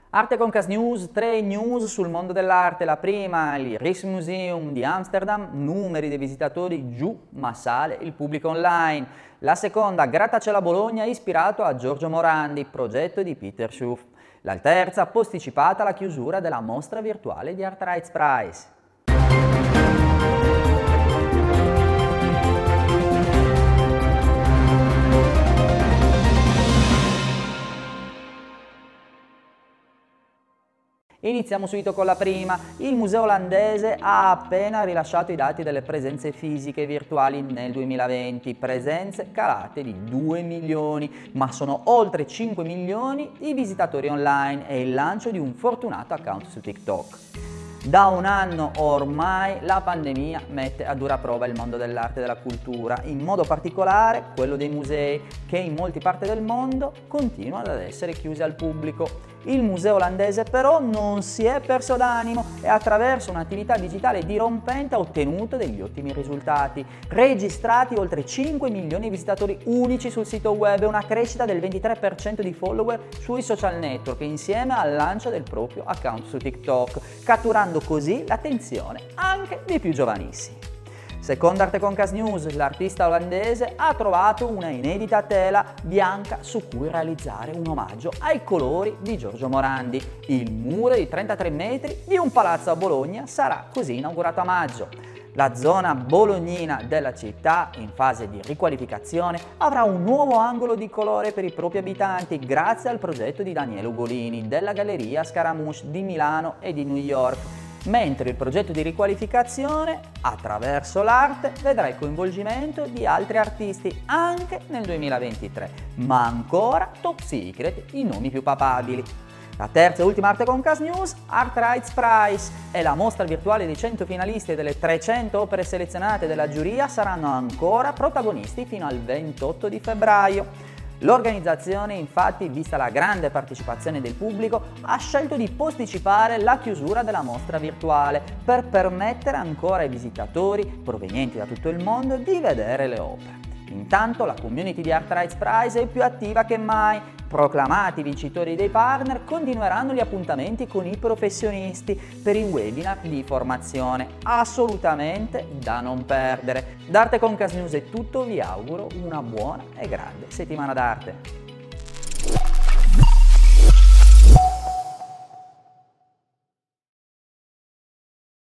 Arte Concast News, 3 news sul mondo dell'arte. La prima, il Rijksmuseum di Amsterdam, numeri dei visitatori giù, ma sale il pubblico online. La seconda, Grattacielo a Bologna ispirato a Giorgio Morandi, progetto di Peter Schuff. La terza, posticipata la chiusura della mostra virtuale di Art Rights Prize. Iniziamo subito con la prima. Il museo olandese ha appena rilasciato i dati delle presenze fisiche virtuali nel 2020, presenze calate di 2 milioni, ma sono oltre 5 milioni i visitatori online e il lancio di un fortunato account su TikTok. Da un anno ormai la pandemia mette a dura prova il mondo dell'arte e della cultura, in modo particolare quello dei musei, che in molte parti del mondo continuano ad essere chiusi al pubblico. Il museo olandese però non si è perso d'animo e attraverso un'attività digitale dirompente ha ottenuto degli ottimi risultati. Registrati oltre 5 milioni di visitatori unici sul sito web e una crescita del 23% di follower sui social network insieme al lancio del proprio account su TikTok, catturando così l'attenzione anche dei più giovanissimi. Secondo Arte Concast News, l'artista olandese ha trovato una inedita tela bianca su cui realizzare un omaggio ai colori di Giorgio Morandi. Il muro di 33 metri di un palazzo a Bologna sarà così inaugurato a maggio. La zona bolognina della città, in fase di riqualificazione, avrà un nuovo angolo di colore per i propri abitanti grazie al progetto di Daniele Ugolini della Galleria Scaramouche di Milano e di New York. Mentre il progetto di riqualificazione, attraverso l'arte, vedrà il coinvolgimento di altri artisti anche nel 2023, ma ancora top secret i nomi più papabili. La terza e ultima Arte Concast News, Art Rights Prize, e la mostra virtuale di 100 finalisti e delle 300 opere selezionate dalla giuria saranno ancora protagonisti fino al 28 di febbraio. L'organizzazione, infatti, vista la grande partecipazione del pubblico, ha scelto di posticipare la chiusura della mostra virtuale per permettere ancora ai visitatori provenienti da tutto il mondo di vedere le opere. Intanto la community di Art Rights Prize è più attiva che mai. Proclamati vincitori dei partner, continueranno gli appuntamenti con i professionisti per i webinar di formazione, assolutamente da non perdere. Da Arte Concast News è tutto, vi auguro una buona e grande settimana d'arte.